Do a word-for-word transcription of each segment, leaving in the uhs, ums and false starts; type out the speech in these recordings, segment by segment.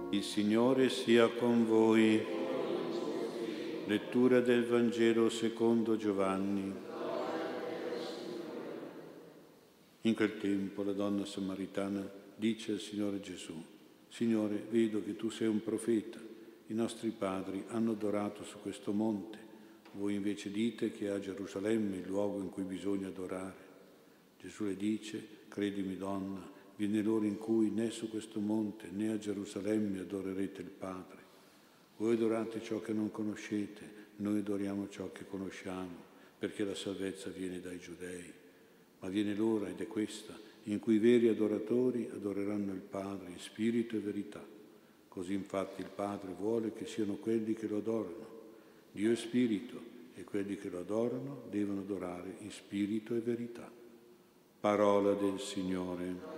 Il Signore sia con voi. Lettura del Vangelo secondo Giovanni. In quel tempo la donna samaritana dice al Signore Gesù: Signore, vedo che tu sei un profeta. I nostri padri hanno adorato su questo monte. Voi invece dite che è a Gerusalemme il luogo in cui bisogna adorare. Gesù le dice: credimi, donna, viene l'ora in cui né su questo monte né a Gerusalemme adorerete il Padre. Voi adorate ciò che non conoscete, noi adoriamo ciò che conosciamo, perché la salvezza viene dai Giudei. Ma viene l'ora, ed è questa, in cui i veri adoratori adoreranno il Padre in spirito e verità. Così infatti il Padre vuole che siano quelli che lo adorano. Dio è spirito e quelli che lo adorano devono adorare in spirito e verità. Parola del Signore.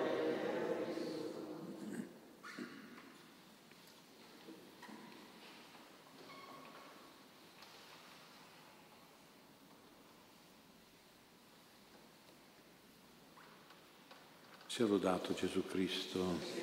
Sia lodato Gesù Cristo.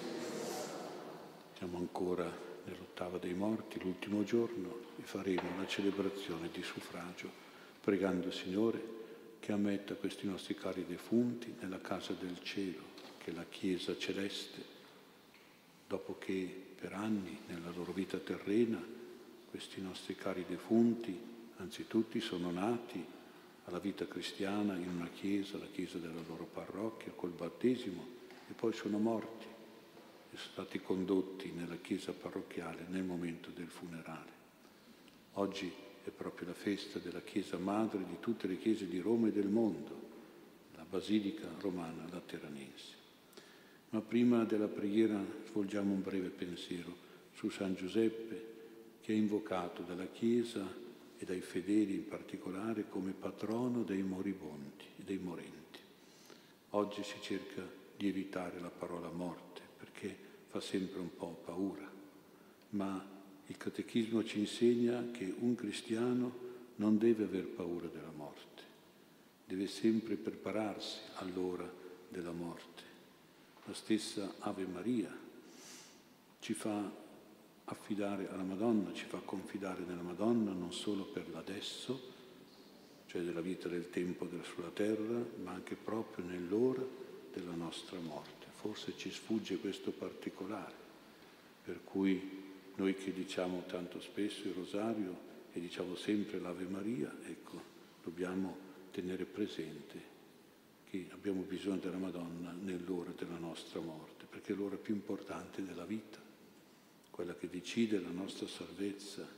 Siamo ancora nell'ottava dei morti, l'ultimo giorno, e faremo una celebrazione di suffragio, pregando il Signore che ammetta questi nostri cari defunti nella casa del cielo, che è la Chiesa celeste, dopo che per anni nella loro vita terrena questi nostri cari defunti anzitutto sono nati alla vita cristiana in una chiesa, la chiesa della loro parrocchia, col battesimo, e poi sono morti e sono stati condotti nella chiesa parrocchiale nel momento del funerale. Oggi è proprio la festa della Chiesa Madre di tutte le chiese di Roma e del mondo, la Basilica Romana Lateranense. Ma prima della preghiera svolgiamo un breve pensiero su San Giuseppe, che è invocato dalla Chiesa e dai fedeli in particolare come patrono dei moribondi e dei morenti. Oggi si cerca di evitare la parola morte perché fa sempre un po' paura, ma il Catechismo ci insegna che un cristiano non deve aver paura della morte, deve sempre prepararsi all'ora della morte. La stessa Ave Maria ci fa affidare alla Madonna, ci fa confidare nella Madonna non solo per l'adesso, cioè della vita del tempo sulla terra, ma anche proprio nell'ora della nostra morte. Forse ci sfugge questo particolare, per cui noi che diciamo tanto spesso il rosario e diciamo sempre l'Ave Maria, ecco, dobbiamo tenere presente che abbiamo bisogno della Madonna nell'ora della nostra morte, perché è l'ora più importante della vita, quella che decide la nostra salvezza.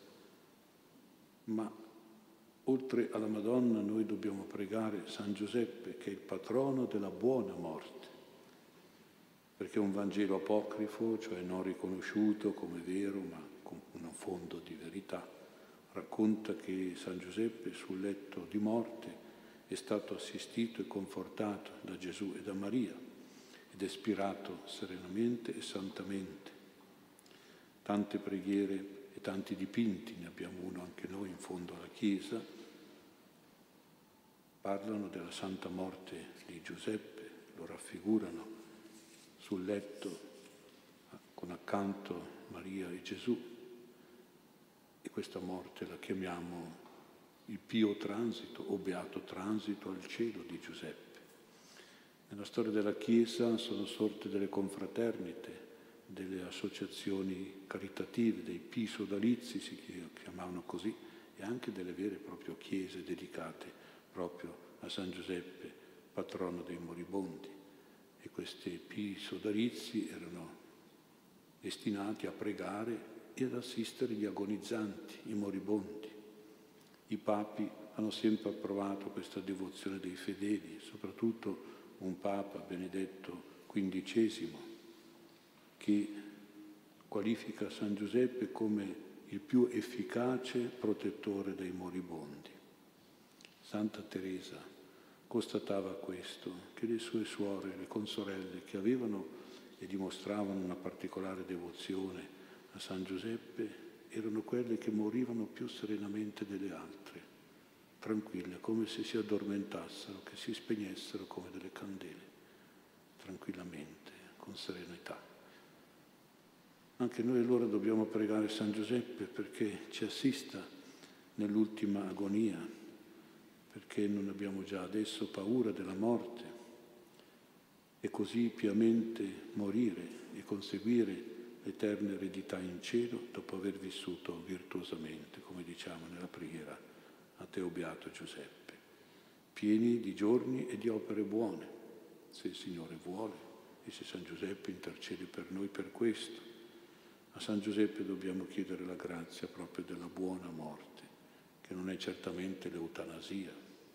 Ma oltre alla Madonna noi dobbiamo pregare San Giuseppe, che è il patrono della buona morte, perché un Vangelo apocrifo, cioè non riconosciuto come vero, ma con un fondo di verità, racconta che San Giuseppe sul letto di morte è stato assistito e confortato da Gesù e da Maria ed è spirato serenamente e santamente. Tante preghiere e tanti dipinti, ne abbiamo uno anche noi in fondo alla chiesa, parlano della santa morte di Giuseppe, lo raffigurano sul letto con accanto Maria e Gesù, e questa morte la chiamiamo il pio transito o beato transito al cielo di Giuseppe. Nella storia della Chiesa sono sorte delle confraternite, delle associazioni caritative, dei pii sodalizi si chiamavano così, e anche delle vere e proprie chiese dedicate proprio a San Giuseppe, patrono dei moribondi. E questi pii sodalizi erano destinati a pregare e ad assistere gli agonizzanti, i moribondi. I papi hanno sempre approvato questa devozione dei fedeli, soprattutto un papa, Benedetto quindicesimo, che qualifica San Giuseppe come il più efficace protettore dei moribondi. Santa Teresa constatava questo, che le sue suore, le consorelle che avevano e dimostravano una particolare devozione a San Giuseppe erano quelle che morivano più serenamente delle altre, tranquille, come se si addormentassero, che si spegnessero come delle candele, tranquillamente, con serenità. Anche noi allora dobbiamo pregare San Giuseppe perché ci assista nell'ultima agonia, perché non abbiamo già adesso paura della morte e così piamente morire e conseguire l'eterna eredità in cielo dopo aver vissuto virtuosamente, come diciamo nella preghiera a Teo Beato Giuseppe, pieni di giorni e di opere buone, se il Signore vuole e se San Giuseppe intercede per noi per questo. A San Giuseppe dobbiamo chiedere la grazia proprio della buona morte, che non è certamente l'eutanasia.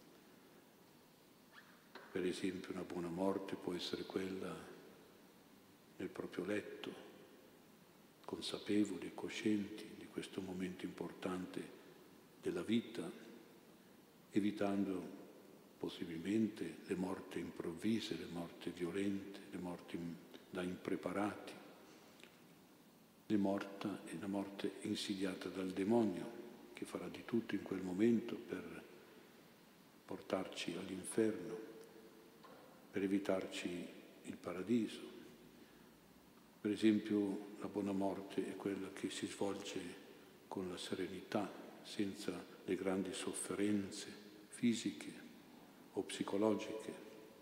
Per esempio una buona morte può essere quella nel proprio letto, consapevoli e coscienti di questo momento importante della vita, evitando possibilmente le morti improvvise, le morti violente, le morti da impreparati, le morta e la morte insidiata dal demonio, che farà di tutto in quel momento per portarci all'inferno, per evitarci il paradiso. Per esempio la buona morte è quella che si svolge con la serenità, senza le grandi sofferenze fisiche o psicologiche.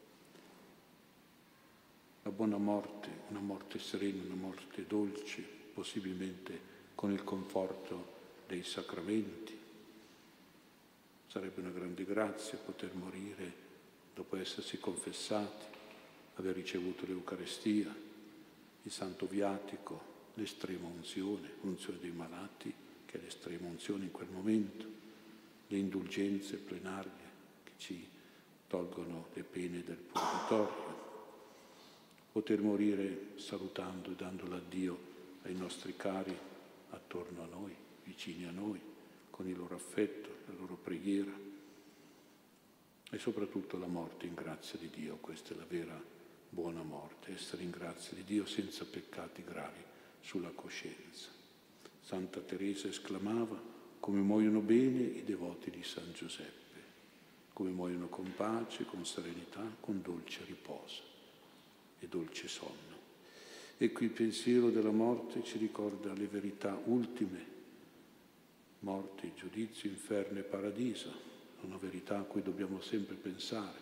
La buona morte, una morte serena, una morte dolce, possibilmente con il conforto dei sacramenti. Sarebbe una grande grazia poter morire dopo essersi confessati, aver ricevuto l'Eucarestia, il Santo Viatico, l'estrema unzione, l'unzione dei malati, che è l'estrema unzione in quel momento, le indulgenze plenarie che ci tolgono le pene del purgatorio, poter morire salutando e dando l'addio ai nostri cari attorno a noi, vicini a noi, con il loro affetto, la loro preghiera e soprattutto la morte in grazia di Dio. Questa è la vera buona morte, essere in grazia di Dio senza peccati gravi sulla coscienza. Santa Teresa esclamava: come muoiono bene i devoti di San Giuseppe, come muoiono con pace, con serenità, con dolce riposo e dolce sonno. Ecco, il pensiero della morte ci ricorda le verità ultime: morte, giudizio, inferno e paradiso, una verità a cui dobbiamo sempre pensare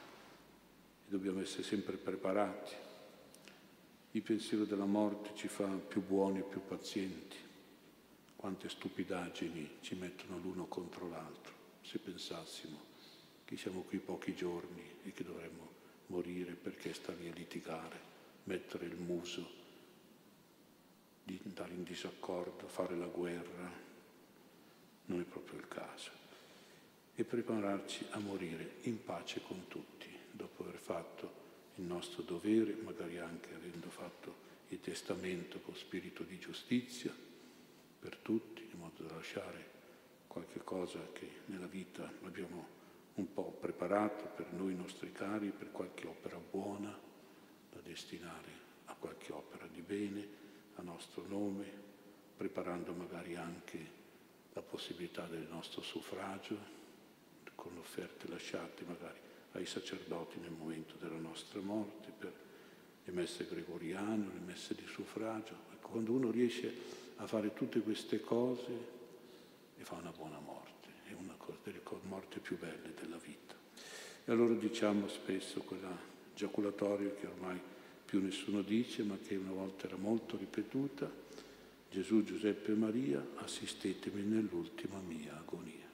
e dobbiamo essere sempre preparati. Il pensiero della morte ci fa più buoni e più pazienti. Quante stupidaggini ci mettono l'uno contro l'altro, se pensassimo che siamo qui pochi giorni e che dovremmo morire perché stare a litigare, mettere il muso, di andare in disaccordo, fare la guerra, non è proprio il caso. E prepararci a morire in pace con tutti, dopo aver fatto il nostro dovere, magari anche avendo fatto il testamento con spirito di giustizia per tutti, in modo da lasciare qualche cosa che nella vita abbiamo un po' preparato per noi, i nostri cari, per qualche opera buona da destinare a qualche opera di bene a nostro nome, preparando magari anche la possibilità del nostro suffragio con offerte lasciate magari ai sacerdoti nel momento della nostra morte, per le messe gregoriane, le messe di suffragio. Ecco, quando uno riesce a fare tutte queste cose e fa una buona morte, è una delle morti più belle della vita. E allora diciamo spesso quella giaculatoria che ormai più nessuno dice, ma che una volta era molto ripetuta: Gesù, Giuseppe e Maria, assistetemi nell'ultima mia agonia.